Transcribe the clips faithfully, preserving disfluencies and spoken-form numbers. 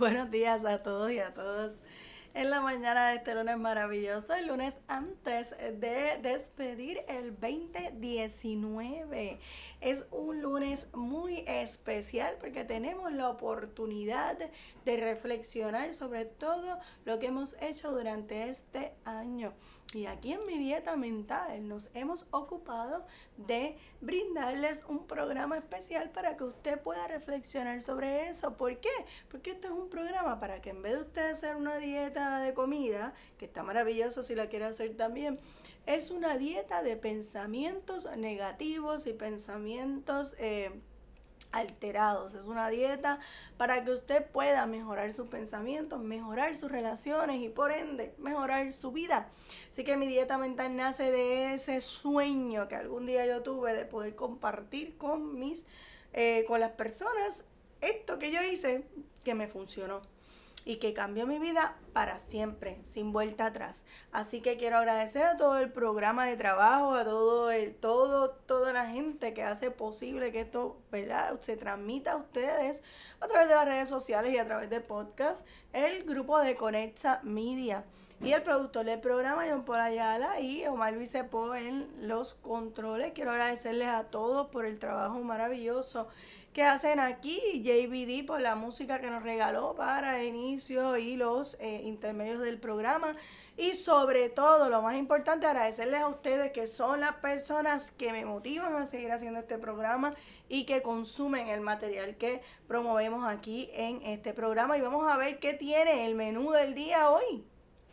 Buenos días a todos y a todas. En la mañana de este lunes maravilloso, el lunes antes de despedir el veinte diecinueve. Es un lunes muy especial porque tenemos la oportunidad de reflexionar sobre todo lo que hemos hecho durante este año. Y aquí en Mi Dieta Mental nos hemos ocupado de brindarles un programa especial para que usted pueda reflexionar sobre eso. ¿Por qué? Porque esto es un programa para que en vez de usted hacer una dieta de comida, que está maravilloso si la quiere hacer también, es una dieta de pensamientos negativos y pensamientos eh, alterados. Es una dieta para que usted pueda mejorar sus pensamientos, mejorar sus relaciones y por ende mejorar su vida. Así que Mi Dieta Mental nace de ese sueño que algún día yo tuve de poder compartir con mis, eh, con las personas esto que yo hice que me funcionó y que cambió mi vida para siempre, sin vuelta atrás. Así que quiero agradecer a todo el programa de trabajo, a todo el, todo, toda la gente que hace posible que esto, ¿verdad?, se transmita a ustedes a través de las redes sociales y a través de podcast, el grupo de Conecta Media. Y el productor del programa, John Paul Ayala, y Omar Vicepo en los controles. Quiero agradecerles a todos por el trabajo maravilloso que hacen aquí, J B D por la música que nos regaló para el inicio y los eh, intermedios del programa. Y sobre todo, lo más importante, agradecerles a ustedes que son las personas que me motivan a seguir haciendo este programa y que consumen el material que promovemos aquí en este programa. Y vamos a ver qué tiene el menú del día hoy.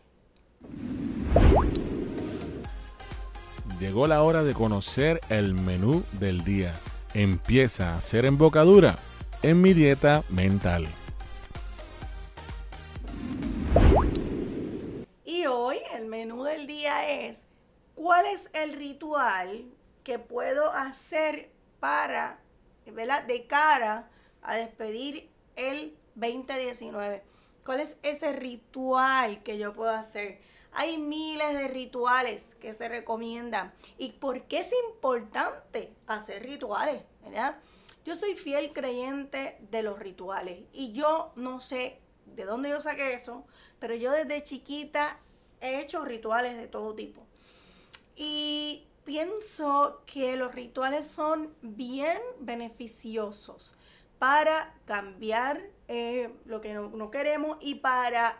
Llegó la hora de conocer el menú del día. Empieza a ser embocadura en Mi Dieta Mental. Y hoy el menú del día es: ¿cuál es el ritual que puedo hacer para, ¿verdad?, de cara a despedir el veinte diecinueve? ¿Cuál es ese ritual que yo puedo hacer? Hay miles de rituales que se recomiendan. ¿Y por qué es importante hacer rituales? ¿Verdad? Yo soy fiel creyente de los rituales y yo no sé de dónde yo saqué eso, pero yo desde chiquita he hecho rituales de todo tipo. Y pienso que los rituales son bien beneficiosos para cambiar eh, lo que no, no queremos y para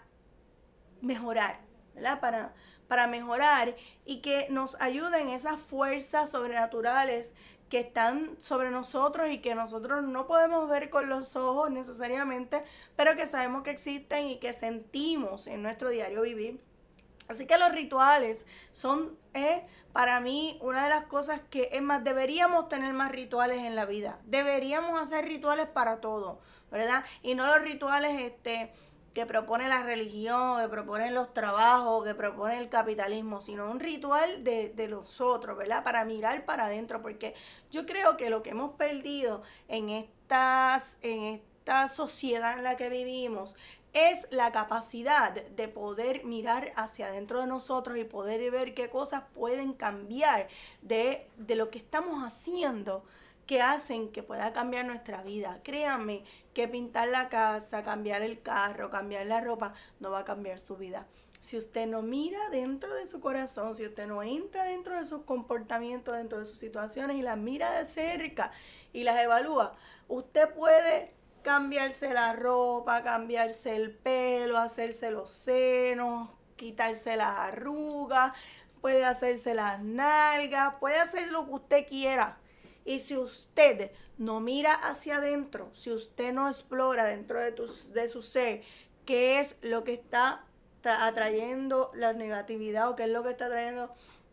mejorar. ¿Verdad? Para, para mejorar y que nos ayuden esas fuerzas sobrenaturales que están sobre nosotros y que nosotros no podemos ver con los ojos necesariamente, pero que sabemos que existen y que sentimos en nuestro diario vivir. Así que los rituales son, eh, para mí, una de las cosas que, es más, deberíamos tener más rituales en la vida. Deberíamos hacer rituales para todo, ¿verdad? Y no los rituales, este... que propone la religión, que propone los trabajos, que propone el capitalismo, sino un ritual de, de nosotros, ¿verdad? Para mirar para adentro, porque yo creo que lo que hemos perdido en, estas, en esta sociedad en la que vivimos es la capacidad de poder mirar hacia adentro de nosotros y poder ver qué cosas pueden cambiar de, de lo que estamos haciendo, que hacen que pueda cambiar nuestra vida. Créanme que pintar la casa, cambiar el carro, cambiar la ropa, no va a cambiar su vida. Si usted no mira dentro de su corazón, si usted no entra dentro de sus comportamientos, dentro de sus situaciones y las mira de cerca y las evalúa, usted puede cambiarse la ropa, cambiarse el pelo, hacerse los senos, quitarse las arrugas, puede hacerse las nalgas, puede hacer lo que usted quiera. Y si usted no mira hacia adentro, si usted no explora dentro de, tu, de su ser qué es lo que está atrayendo la negatividad o qué es lo que está trayendo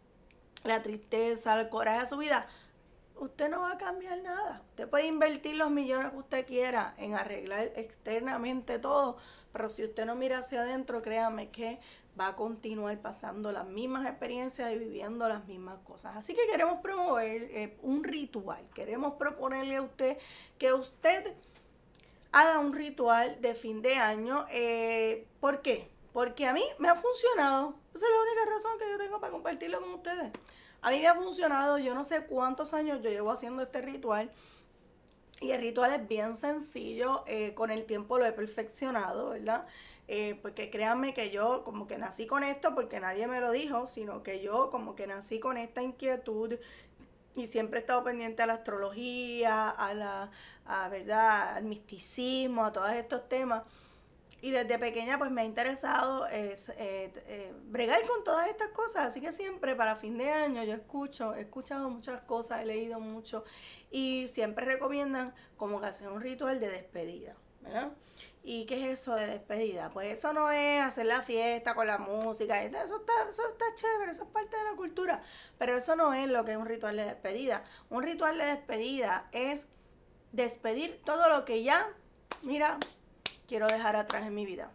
la tristeza, el coraje a su vida, usted no va a cambiar nada. Usted puede invertir los millones que usted quiera en arreglar externamente todo, pero si usted no mira hacia adentro, créame que va a continuar pasando las mismas experiencias y viviendo las mismas cosas. Así que queremos promover eh, un ritual. Queremos proponerle a usted que usted haga un ritual de fin de año. Eh, ¿Por qué? Porque a mí me ha funcionado. Esa es la única razón que yo tengo para compartirlo con ustedes. A mí me ha funcionado. Yo no sé cuántos años yo llevo haciendo este ritual. Y el ritual es bien sencillo, eh, con el tiempo lo he perfeccionado, ¿verdad? Eh, porque créanme que yo como que nací con esto porque nadie me lo dijo, sino que yo como que nací con esta inquietud y siempre he estado pendiente a la astrología, a la, a, ¿verdad? Al misticismo, a todos estos temas. Y desde pequeña pues me ha interesado es, eh, eh, bregar con todas estas cosas, así que siempre para fin de año yo escucho, he escuchado muchas cosas, he leído mucho y siempre recomiendan como que hacer un ritual de despedida, ¿verdad? ¿Y qué es eso de despedida? Pues eso no es hacer la fiesta con la música, eso está, eso está chévere, eso es parte de la cultura, pero eso no es lo que es un ritual de despedida. Un ritual de despedida es despedir todo lo que ya, mira, quiero dejar atrás en mi vida.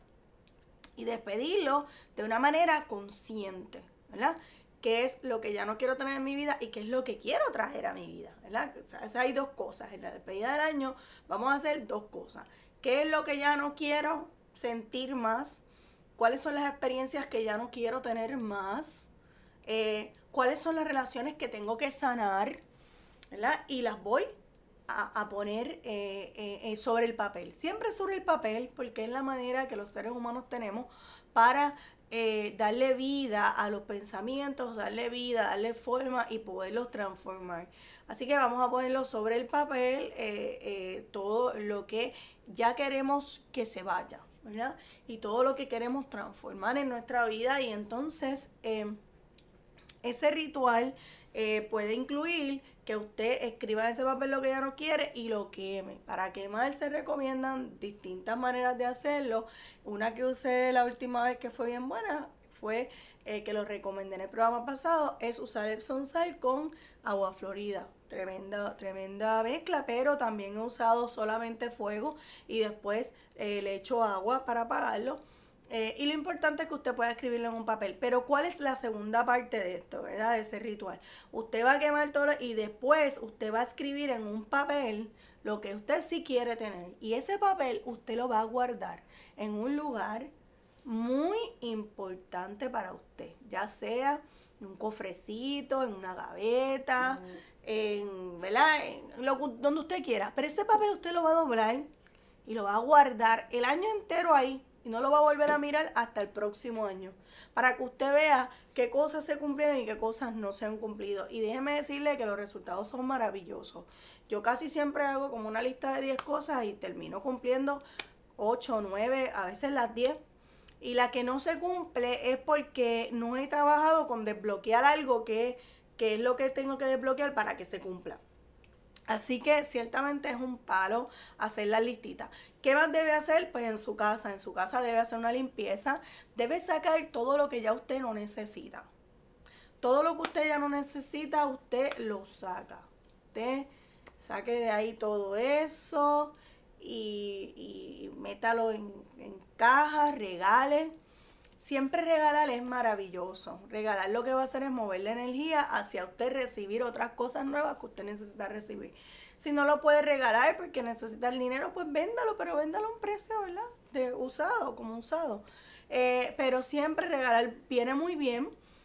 Y despedirlo de una manera consciente, ¿verdad? ¿Qué es lo que ya no quiero tener en mi vida y qué es lo que quiero traer a mi vida, ¿verdad? O sea, hay dos cosas. En la despedida del año vamos a hacer dos cosas. ¿Qué es lo que ya no quiero sentir más? ¿Cuáles son las experiencias que ya no quiero tener más? Eh, ¿Cuáles son las relaciones que tengo que sanar? ¿Verdad? Y las voy a, a poner eh, eh, eh, sobre el papel. Siempre sobre el papel, porque es la manera que los seres humanos tenemos para eh, darle vida a los pensamientos, darle vida, darle forma y poderlos transformar. Así que vamos a ponerlo sobre el papel, eh, eh, todo lo que ya queremos que se vaya, ¿verdad? Y todo lo que queremos transformar en nuestra vida. Y entonces eh, ese ritual eh, puede incluir que usted escriba en ese papel lo que ya no quiere y lo queme. Para quemar se recomiendan distintas maneras de hacerlo. Una que usé la última vez que fue bien buena fue, eh, que lo recomendé en el programa pasado, es usar Epsom salt con agua florida. Tremenda, tremenda mezcla, pero también he usado solamente fuego y después eh, le echo agua para apagarlo. Eh, y lo importante es que usted pueda escribirlo en un papel. Pero ¿cuál es la segunda parte de esto, verdad? De ese ritual. Usted va a quemar todo y después usted va a escribir en un papel lo que usted sí quiere tener. Y ese papel usted lo va a guardar en un lugar muy importante para usted. Ya sea en un cofrecito, en una gaveta, mm. en, ¿verdad? En lo, donde usted quiera. Pero ese papel usted lo va a doblar y lo va a guardar el año entero ahí. Y no lo va a volver a mirar hasta el próximo año. Para que usted vea qué cosas se cumplieron y qué cosas no se han cumplido. Y déjeme decirle que los resultados son maravillosos. Yo casi siempre hago como una lista de diez cosas y termino cumpliendo ocho, nueve, a veces las diez. Y la que no se cumple es porque no he trabajado con desbloquear algo que, que es lo que tengo que desbloquear para que se cumpla. Así que ciertamente es un palo hacer la listita. ¿Qué más debe hacer? Pues en su casa, en su casa debe hacer una limpieza. Debe sacar todo lo que ya usted no necesita. Todo lo que usted ya no necesita, usted lo saca. Usted saque de ahí todo eso y, y métalo en, en cajas, regale. Siempre regalar es maravilloso. Regalar lo que va a hacer es mover la energía hacia usted recibir otras cosas nuevas que usted necesita recibir. Si no lo puede regalar porque necesita el dinero, pues véndalo, pero véndalo a un precio, ¿verdad? De usado, como usado. Eh, pero siempre regalar viene muy bien.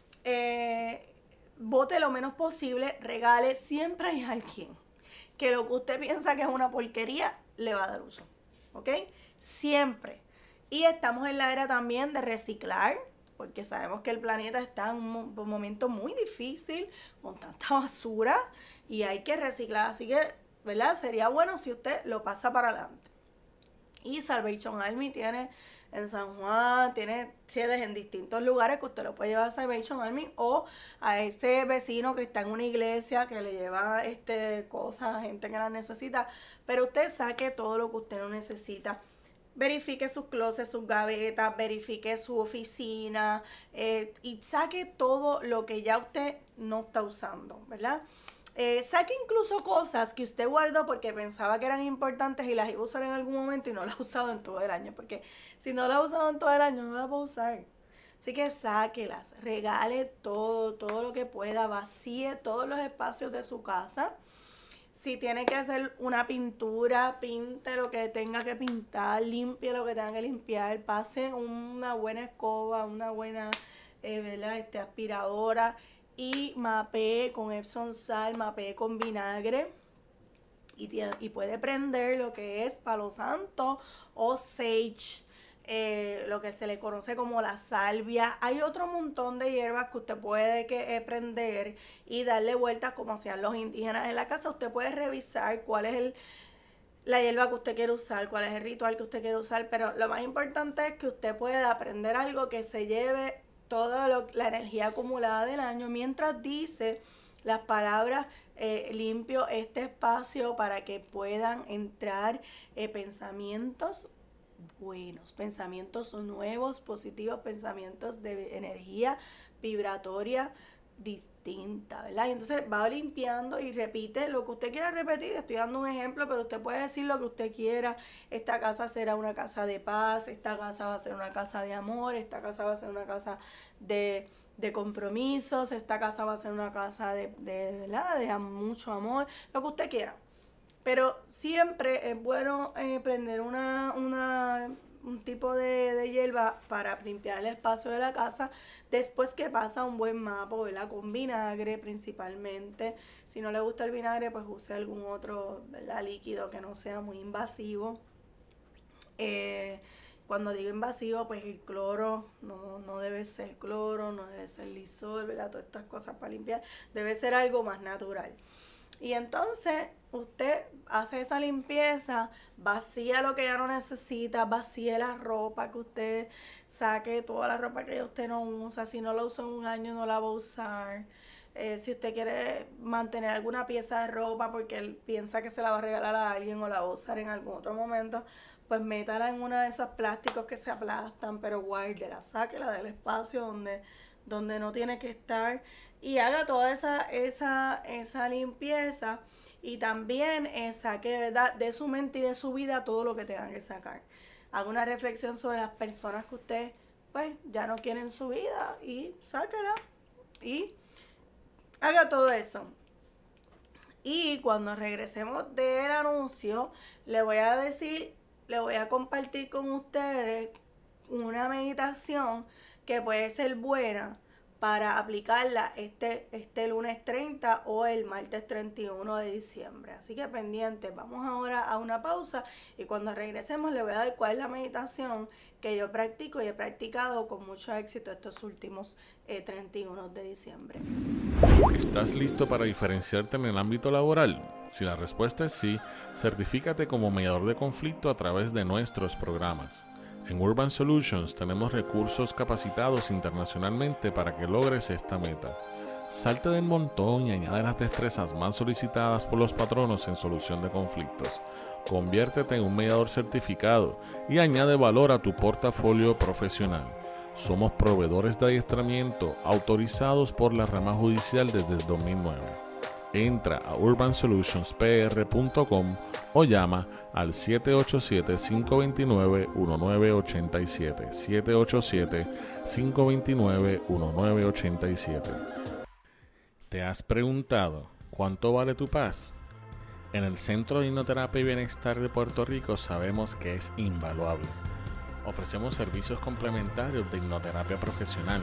Eh, bote lo menos posible, regale. Siempre hay alguien que lo que usted piensa que es una porquería, le va a dar uso. ¿Ok? Siempre. Y estamos en la era también de reciclar, porque sabemos que el planeta está en un momento muy difícil, con tanta basura, y hay que reciclar. Así que, ¿verdad? Sería bueno si usted lo pasa para adelante. Y Salvation Army tiene en San Juan, tiene sedes en distintos lugares que usted lo puede llevar a Salvation Army o a ese vecino que está en una iglesia que le lleva este, cosas a gente que las necesita. Pero usted saque todo lo que usted no necesita. Verifique sus closets, sus gavetas, verifique su oficina eh, y saque todo lo que ya usted no está usando, ¿verdad? Eh, saque incluso cosas que usted guardó porque pensaba que eran importantes y las iba a usar en algún momento y no las ha usado en todo el año, porque si no las ha usado en todo el año no las va a usar. Así que sáquelas, regale todo, todo lo que pueda, vacíe todos los espacios de su casa. Si tiene que hacer una pintura, pinte lo que tenga que pintar, limpie lo que tenga que limpiar, pase una buena escoba, una buena eh, ¿verdad? Este, aspiradora y mapee con Epsom salt, mapee con vinagre y, y puede prender lo que es palo santo o sage, eh, lo que se le conoce como la salvia. Hay otro montón de hierbas que usted puede que, eh, prender y darle vueltas como hacían los indígenas en la casa. Usted puede revisar cuál es el, la hierba que usted quiere usar, cuál es el ritual que usted quiere usar, pero lo más importante es que usted pueda aprender algo que se lleve toda lo, la energía acumulada del año mientras dice las palabras eh, limpio este espacio para que puedan entrar eh, pensamientos buenos, pensamientos nuevos, positivos, pensamientos de energía vibratoria distinta, ¿verdad? Y entonces va limpiando y repite lo que usted quiera repetir. Estoy dando un ejemplo, pero usted puede decir lo que usted quiera. Esta casa será una casa de paz, esta casa va a ser una casa de amor, esta casa va a ser una casa de, de compromisos, esta casa va a ser una casa de, de, ¿verdad? De mucho amor, lo que usted quiera. Pero siempre es bueno eh, prender una, una, un tipo de, de hierba para limpiar el espacio de la casa después que pasa un buen mapa, ¿verdad? Con vinagre principalmente. Si no le gusta el vinagre, pues use algún otro, ¿verdad? Líquido que no sea muy invasivo. Eh, cuando digo invasivo, pues el cloro, no, no debe ser cloro, no debe ser lisol, ¿verdad? Todas estas cosas para limpiar. Debe ser algo más natural. Y entonces usted hace esa limpieza, vacía lo que ya no necesita, vacía la ropa que usted saque, toda la ropa que usted no usa. Si no la usa en un año, no la va a usar. Eh, si usted quiere mantener alguna pieza de ropa porque él piensa que se la va a regalar a alguien o la va a usar en algún otro momento, pues métala en uno de esos plásticos que se aplastan, pero guárdela, sáquela del espacio donde, donde no tiene que estar. Y haga toda esa, esa, esa limpieza y también eh, saque, ¿verdad?, de su mente y de su vida todo lo que tengan que sacar. Haga una reflexión sobre las personas que usted pues ya no quiere en su vida y sáquela y haga todo eso. Y cuando regresemos del anuncio, le voy a decir, le voy a compartir con ustedes una meditación que puede ser buena para aplicarla este, este lunes treinta o el martes treinta y uno de diciembre. Así que pendientes, vamos ahora a una pausa y cuando regresemos le voy a dar cuál es la meditación que yo practico y he practicado con mucho éxito estos últimos eh, treinta y uno de diciembre. ¿Estás listo para diferenciarte en el ámbito laboral? Si la respuesta es sí, certifícate como mediador de conflicto a través de nuestros programas. En Urban Solutions tenemos recursos capacitados internacionalmente para que logres esta meta. Salte del montón y añade las destrezas más solicitadas por los patronos en solución de conflictos. Conviértete en un mediador certificado y añade valor a tu portafolio profesional. Somos proveedores de adiestramiento autorizados por la rama judicial desde el dos mil nueve. Entra a urban solutions p r punto com o llama al siete ocho siete, cinco dos nueve, uno nueve ocho siete, siete ocho siete, cinco dos nueve, uno nueve ocho siete. ¿Te has preguntado cuánto vale tu paz? En el Centro de Hipnoterapia y Bienestar de Puerto Rico sabemos que es invaluable. Ofrecemos servicios complementarios de hipnoterapia profesional.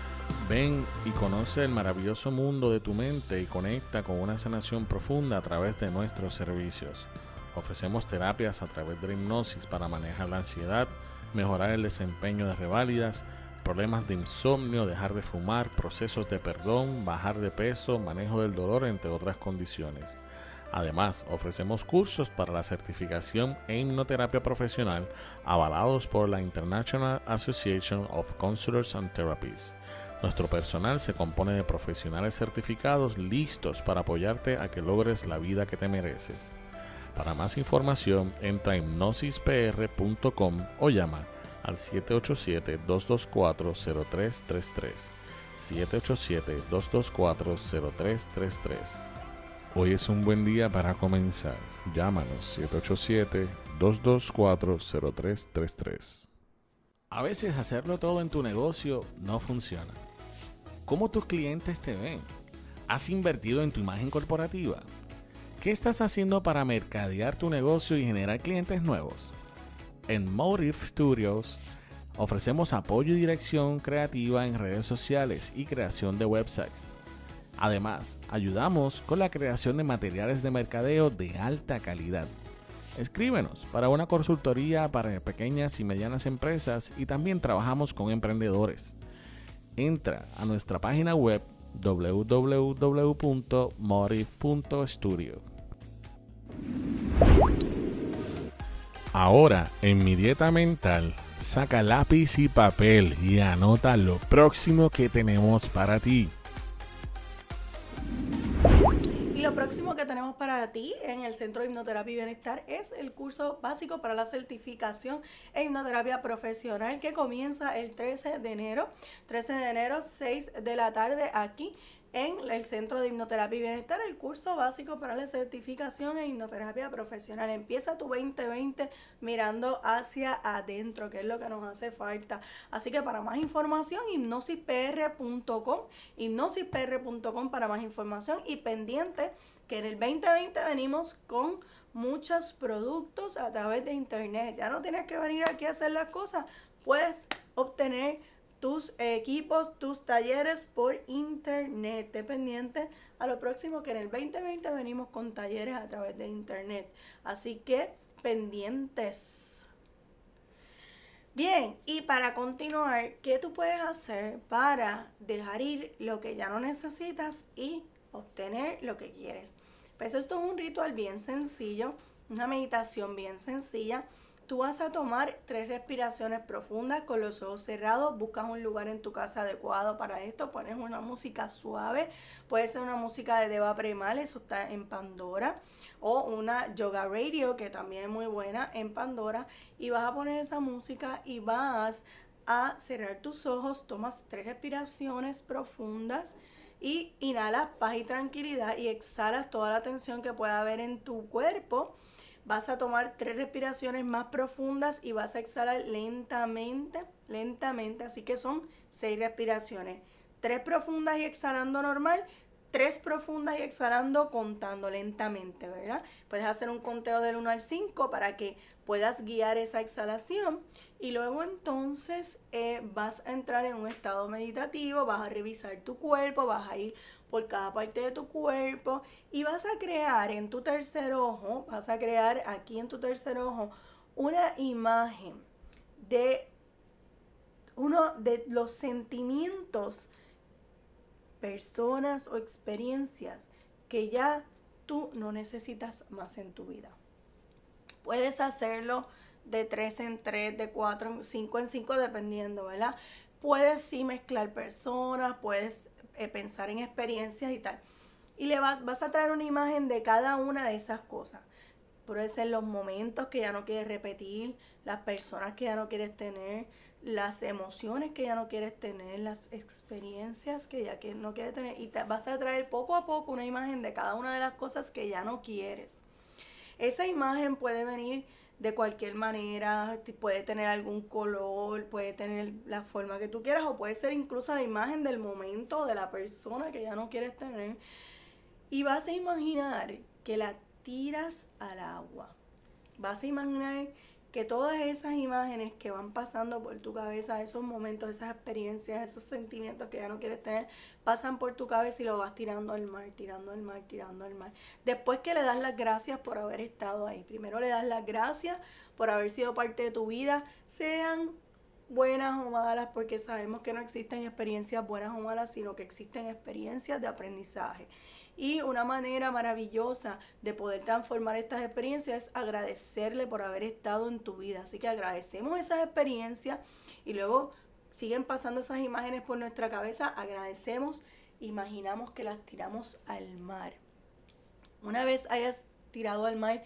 Ven y conoce el maravilloso mundo de tu mente y conecta con una sanación profunda a través de nuestros servicios. Ofrecemos terapias a través de la hipnosis para manejar la ansiedad, mejorar el desempeño de reválidas, problemas de insomnio, dejar de fumar, procesos de perdón, bajar de peso, manejo del dolor, entre otras condiciones. Además, ofrecemos cursos para la certificación en hipnoterapia profesional avalados por la International Association of Counselors and Therapists. Nuestro personal se compone de profesionales certificados listos para apoyarte a que logres la vida que te mereces. Para más información, entra a hipnosis p r punto com o llama al siete ocho siete, dos dos cuatro, cero tres tres tres. siete ocho siete, dos dos cuatro, cero tres tres tres. Hoy es un buen día para comenzar. Llámanos siete ocho siete, dos dos cuatro, cero tres tres tres. A veces hacerlo todo en tu negocio no funciona. ¿Cómo tus clientes te ven? ¿Has invertido en tu imagen corporativa? ¿Qué estás haciendo para mercadear tu negocio y generar clientes nuevos? En Motive Studios ofrecemos apoyo y dirección creativa en redes sociales y creación de websites. Además, ayudamos con la creación de materiales de mercadeo de alta calidad. Escríbenos para una consultoría para pequeñas y medianas empresas y también trabajamos con emprendedores. Entra a nuestra página web w w w punto motiv punto studio. Ahora, en mi dieta mental, saca lápiz y papel y anota lo próximo que tenemos para ti. Y lo próximo que tenemos para ti en el Centro de Hipnoterapia y Bienestar es el curso básico para la certificación en hipnoterapia profesional que comienza el trece de enero. trece de enero, seis de la tarde aquí en el Centro de Hipnoterapia y Bienestar, el curso básico para la certificación en hipnoterapia profesional. Empieza tu veinte veinte mirando hacia adentro, que es lo que nos hace falta. Así que para más información, hipnosis p r punto com, hipnosis p r punto com para más información y pendiente que en el veinte veinte venimos con muchos productos a través de internet. Ya no tienes que venir aquí a hacer las cosas, puedes obtener tus equipos, tus talleres por internet. Dependiente a lo próximo que en el veinte veinte venimos con talleres a través de internet. Así que pendientes. Bien, y para continuar, ¿qué tú puedes hacer para dejar ir lo que ya no necesitas y obtener lo que quieres? Pues esto es un ritual bien sencillo, una meditación bien sencilla. Tú vas a tomar tres respiraciones profundas con los ojos cerrados, buscas un lugar en tu casa adecuado para esto, pones una música suave, puede ser una música de Deva Premal, eso está en Pandora, o una Yoga Radio que también es muy buena en Pandora, y vas a poner esa música y vas a cerrar tus ojos, tomas tres respiraciones profundas y inhalas paz y tranquilidad y exhalas toda la tensión que pueda haber en tu cuerpo. Vas a tomar tres respiraciones más profundas y vas a exhalar lentamente, lentamente. Así que son seis respiraciones. Tres profundas y exhalando normal. Tres profundas y exhalando contando lentamente, ¿verdad? Puedes hacer un conteo del uno al cinco para que puedas guiar esa exhalación. Y luego entonces eh, vas a entrar en un estado meditativo, vas a revisar tu cuerpo, vas a ir por cada parte de tu cuerpo y vas a crear en tu tercer ojo, vas a crear aquí en tu tercer ojo una imagen de uno de los sentimientos, personas o experiencias que ya tú no necesitas más en tu vida. Puedes hacerlo de tres en tres, de cuatro en cinco en cinco, dependiendo, ¿verdad? Puedes sí mezclar personas, puedes eh, pensar en experiencias y tal. Y le vas, vas a traer una imagen de cada una de esas cosas. Puede ser los momentos que ya no quieres repetir, las personas que ya no quieres tener, las emociones que ya no quieres tener, las experiencias que ya que no quieres tener. Y te vas a traer poco a poco una imagen de cada una de las cosas que ya no quieres. Esa imagen puede venir de cualquier manera, puede tener algún color, puede tener la forma que tú quieras, o puede ser incluso la imagen del momento de la persona que ya no quieres tener. Y vas a imaginar que la tiras al agua. Vas a imaginar que todas esas imágenes que van pasando por tu cabeza, esos momentos, esas experiencias, esos sentimientos que ya no quieres tener, pasan por tu cabeza y lo vas tirando al mar, tirando al mar, tirando al mar. Después que le das las gracias por haber estado ahí. Primero le das las gracias por haber sido parte de tu vida, sean buenas o malas, porque sabemos que no existen experiencias buenas o malas, sino que existen experiencias de aprendizaje. Y una manera maravillosa de poder transformar estas experiencias es agradecerle por haber estado en tu vida. Así que agradecemos esas experiencias y luego siguen pasando esas imágenes por nuestra cabeza. Agradecemos, imaginamos que las tiramos al mar. Una vez hayas tirado al mar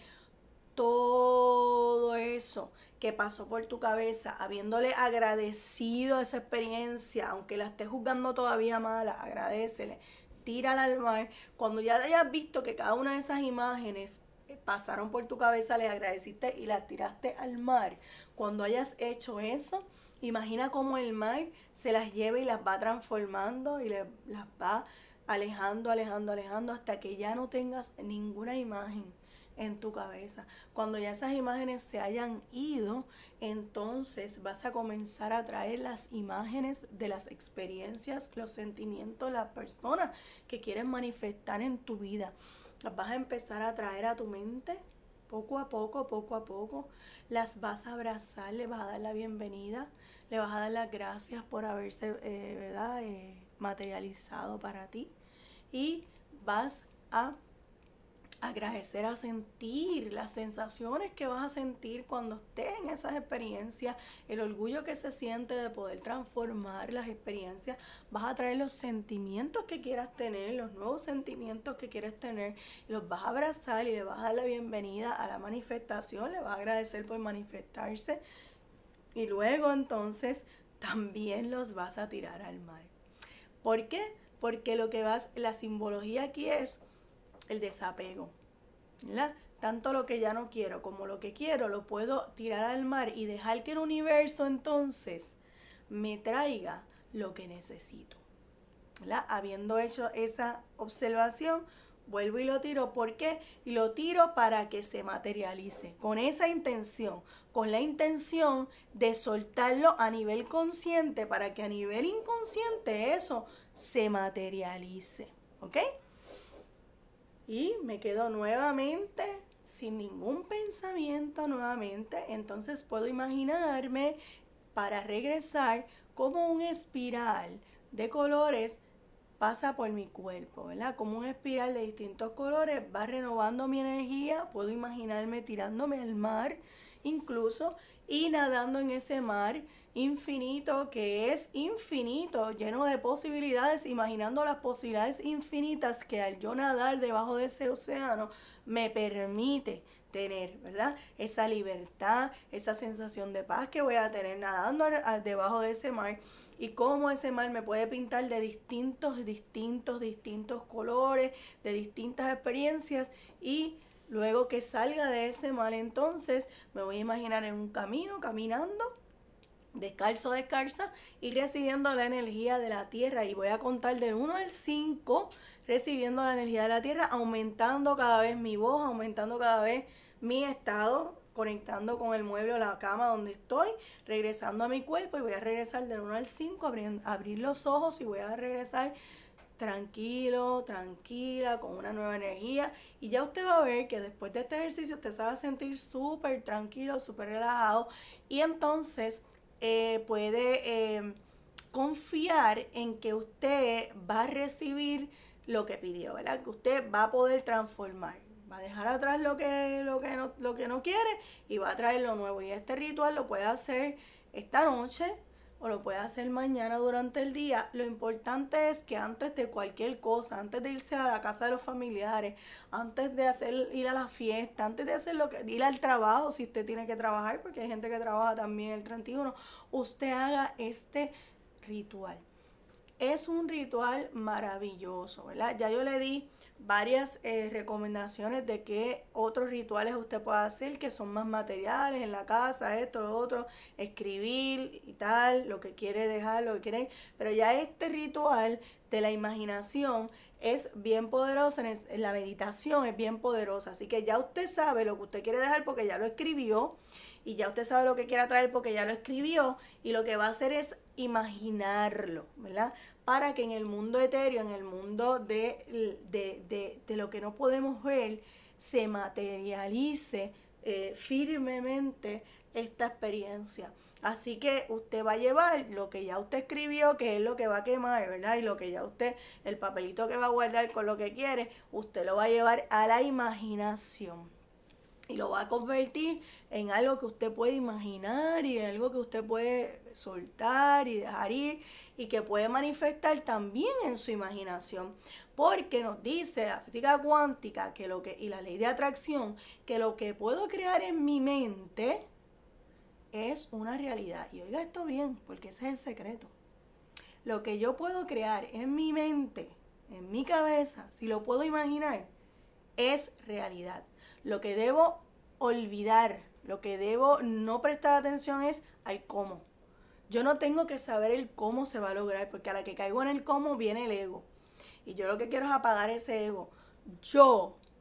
todo eso que pasó por tu cabeza, habiéndole agradecido esa experiencia, aunque la estés juzgando todavía mala, agradécele. Tírala al mar. Cuando ya hayas visto que cada una de esas imágenes pasaron por tu cabeza, le agradeciste y las tiraste al mar. Cuando hayas hecho eso, imagina cómo el mar se las lleva y las va transformando y le, las va alejando, alejando, alejando hasta que ya no tengas ninguna imagen, en tu cabeza. Cuando ya esas imágenes se hayan ido, entonces vas a comenzar a traer las imágenes de las experiencias, los sentimientos, las personas que quieres manifestar en tu vida. Las vas a empezar a traer a tu mente poco a poco, poco a poco. Las vas a abrazar, le vas a dar la bienvenida, le vas a dar las gracias por haberse, eh, ¿verdad? Eh, materializado para ti. Y vas a agradecer, a sentir las sensaciones que vas a sentir cuando estés en esas experiencias, el orgullo que se siente de poder transformar las experiencias. Vas a traer los sentimientos que quieras tener, los nuevos sentimientos que quieres tener, y los vas a abrazar y le vas a dar la bienvenida a la manifestación, le vas a agradecer por manifestarse, y luego entonces también los vas a tirar al mar. ¿Por qué? Porque lo que vas, la simbología aquí es el desapego, ¿verdad? Tanto lo que ya no quiero como lo que quiero lo puedo tirar al mar y dejar que el universo entonces me traiga lo que necesito, ¿verdad? Habiendo hecho esa observación, vuelvo y lo tiro. ¿Por qué? Y lo tiro para que se materialice, con esa intención, con la intención de soltarlo a nivel consciente para que a nivel inconsciente eso se materialice, ¿ok? Y me quedo nuevamente sin ningún pensamiento nuevamente. Entonces puedo imaginarme, para regresar, como un espiral de colores pasa por mi cuerpo, ¿verdad? Como una espiral de distintos colores va renovando mi energía. Puedo imaginarme tirándome al mar incluso y nadando en ese mar infinito, que es infinito, lleno de posibilidades, imaginando las posibilidades infinitas que al yo nadar debajo de ese océano me permite tener, ¿verdad? Esa libertad, esa sensación de paz que voy a tener nadando debajo de ese mar, y cómo ese mar me puede pintar de distintos, distintos, distintos colores, de distintas experiencias. Y luego que salga de ese mar, entonces me voy a imaginar en un camino, caminando, descalzo, descalza, y recibiendo la energía de la tierra. Y voy a contar del uno al cinco, recibiendo la energía de la tierra, aumentando cada vez mi voz, aumentando cada vez mi estado, conectando con el mueble o la cama donde estoy, regresando a mi cuerpo, y voy a regresar del uno al cinco, abrir, abrir los ojos, y voy a regresar tranquilo, tranquila, con una nueva energía. Y ya usted va a ver que después de este ejercicio usted se va a sentir súper tranquilo, súper relajado, y entonces eh, puede eh, confiar en que usted va a recibir lo que pidió, ¿verdad? Que usted va a poder transformar, va a dejar atrás lo que, lo que, no, lo que no quiere, y va a traer lo nuevo. Y este ritual lo puede hacer esta noche o lo puede hacer mañana durante el día. Lo importante es que antes de cualquier cosa, antes de irse a la casa de los familiares, antes de hacer, ir a la fiesta, antes de hacer lo que, ir al trabajo, si usted tiene que trabajar, porque hay gente que trabaja también el treinta y uno, usted haga este ritual. Es un ritual maravilloso, ¿verdad? Ya yo le di varias eh, recomendaciones de qué otros rituales usted puede hacer, que son más materiales en la casa, esto, lo otro, escribir y tal, lo que quiere dejar, lo que quiere. Pero ya este ritual de la imaginación es bien poderoso, en, el, en la meditación es bien poderosa. Así que ya usted sabe lo que usted quiere dejar porque ya lo escribió, y ya usted sabe lo que quiere traer porque ya lo escribió, y lo que va a hacer es imaginarlo, ¿verdad? Para que en el mundo etéreo, en el mundo de, de, de, de lo que no podemos ver, se materialice eh, firmemente esta experiencia. Así que usted va a llevar lo que ya usted escribió, que es lo que va a quemar, ¿verdad? Y lo que ya usted, el papelito que va a guardar con lo que quiere, usted lo va a llevar a la imaginación. Y lo va a convertir en algo que usted puede imaginar, y en algo que usted puede soltar y dejar ir, y que puede manifestar también en su imaginación. Porque nos dice la física cuántica que lo que, y la ley de atracción, que lo que puedo crear en mi mente es una realidad. Y oiga esto bien, porque ese es el secreto. Lo que yo puedo crear en mi mente, en mi cabeza, si lo puedo imaginar, es realidad. Lo que debo olvidar, lo que debo no prestar atención es al cómo. Yo no tengo que saber el cómo se va a lograr, porque a la que caigo en el cómo viene el ego. Y yo lo que quiero es apagar ese ego. Yo,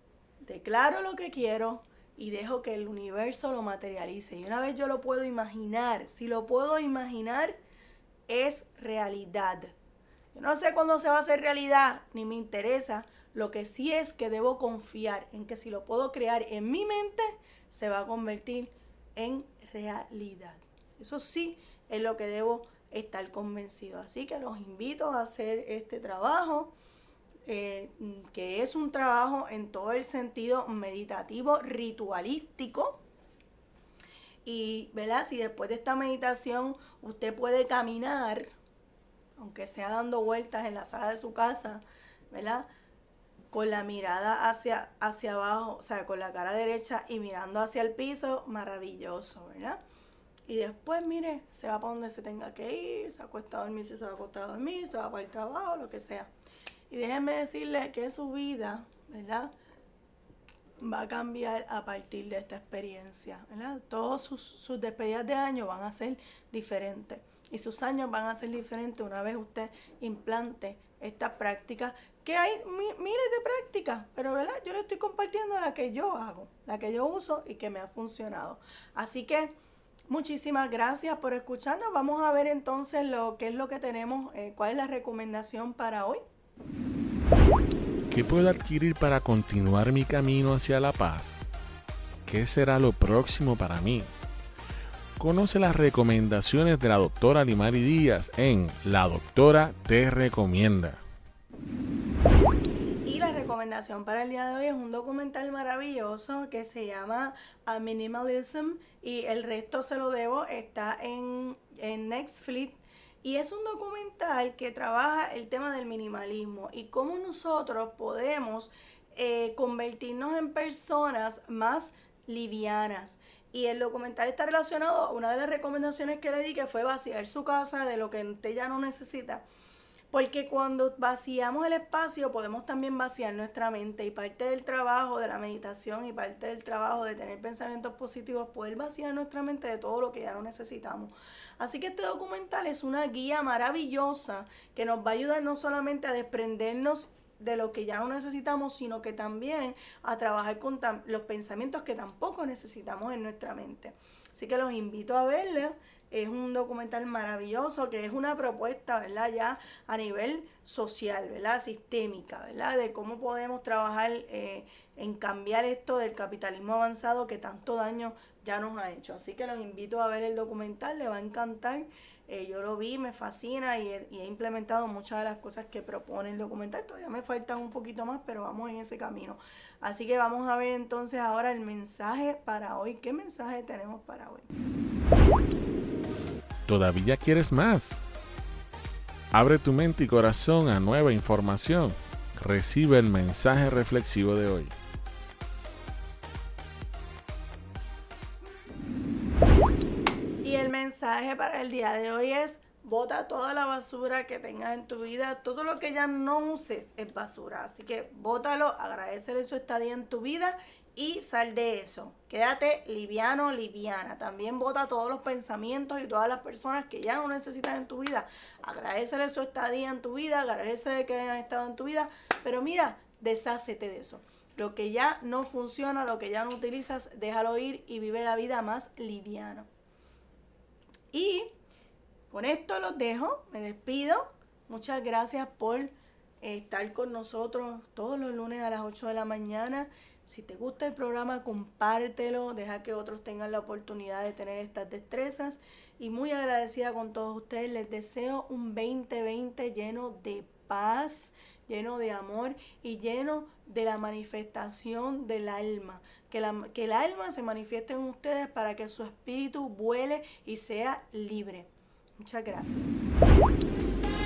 declaro lo que quiero y dejo que el universo lo materialice. Y una vez yo lo puedo imaginar, si lo puedo imaginar, es realidad. Yo no sé cuándo se va a hacer realidad, ni me interesa. Lo que sí es que debo confiar en que si lo puedo crear en mi mente, se va a convertir en realidad. Eso sí es lo que debo estar convencido. Así que los invito a hacer este trabajo, eh, que es un trabajo en todo el sentido meditativo, ritualístico. Y, ¿verdad? Si después de esta meditación usted puede caminar, aunque sea dando vueltas en la sala de su casa, ¿verdad? Con la mirada hacia, hacia abajo, o sea, con la cara derecha y mirando hacia el piso, maravilloso, ¿verdad? Y después, mire, se va para donde se tenga que ir, se acuesta a dormir, si se va a acostar a dormir, se va para el trabajo, lo que sea. Y déjenme decirle que su vida, ¿verdad?, va a cambiar a partir de esta experiencia, ¿verdad? Todos sus, sus despedidas de año van a ser diferentes. Y sus años van a ser diferentes una vez usted implante esta práctica, que hay mi, miles de prácticas, pero ¿verdad? Yo le estoy compartiendo la que yo hago, la que yo uso y que me ha funcionado. Así que muchísimas gracias por escucharnos. Vamos a ver entonces lo qué es lo que tenemos, eh, cuál es la recomendación para hoy. ¿Qué puedo adquirir para continuar mi camino hacia la paz? ¿Qué será lo próximo para mí? Conoce las recomendaciones de la doctora Limari Díaz en La Doctora Te Recomienda. Y la recomendación para el día de hoy es un documental maravilloso que se llama uh, Minimalism, y el resto se lo debo, está en, en Netflix. Y es un documental que trabaja el tema del minimalismo y cómo nosotros podemos eh, convertirnos en personas más livianas. Y el documental está relacionado a una de las recomendaciones que le di, que fue vaciar su casa de lo que usted ya no necesita. Porque cuando vaciamos el espacio podemos también vaciar nuestra mente, y parte del trabajo de la meditación y parte del trabajo de tener pensamientos positivos, poder vaciar nuestra mente de todo lo que ya no necesitamos. Así que este documental es una guía maravillosa que nos va a ayudar no solamente a desprendernos de lo que ya no necesitamos, sino que también a trabajar con los pensamientos que tampoco necesitamos en nuestra mente. Así que los invito a verlo. Es un documental maravilloso que es una propuesta, ¿verdad?, ya a nivel social, ¿verdad?, sistémica, ¿verdad?, de cómo podemos trabajar eh, en cambiar esto del capitalismo avanzado que tanto daño ya nos ha hecho. Así que los invito a ver el documental, les va a encantar. Eh, yo lo vi, me fascina y he, y he implementado muchas de las cosas que propone el documental. Todavía me faltan un poquito más, pero vamos en ese camino. Así que vamos a ver entonces ahora el mensaje para hoy. ¿Qué mensaje tenemos para hoy? ¿Todavía quieres más? Abre tu mente y corazón a nueva información. Recibe el mensaje reflexivo de hoy. Y el mensaje para el día de hoy es: bota toda la basura que tengas en tu vida. Todo lo que ya no uses es basura. Así que bótalo, agradecele su estadía en tu vida y sal de eso. Quédate liviano, liviana. También bota todos los pensamientos y todas las personas que ya no necesitas en tu vida. Agradecele su estadía en tu vida, agradecele que hayan estado en tu vida. Pero mira, deshácete de eso. Lo que ya no funciona, lo que ya no utilizas, déjalo ir y vive la vida más liviana. Y con esto los dejo, me despido. Muchas gracias por estar con nosotros todos los lunes a las ocho de la mañana. Si te gusta el programa, compártelo, deja que otros tengan la oportunidad de tener estas destrezas. Y muy agradecida con todos ustedes. Les deseo un veinte veinte lleno de paz, lleno de amor y lleno de la manifestación del alma. Que, la, que el alma se manifieste en ustedes para que su espíritu vuele y sea libre. Muchas gracias.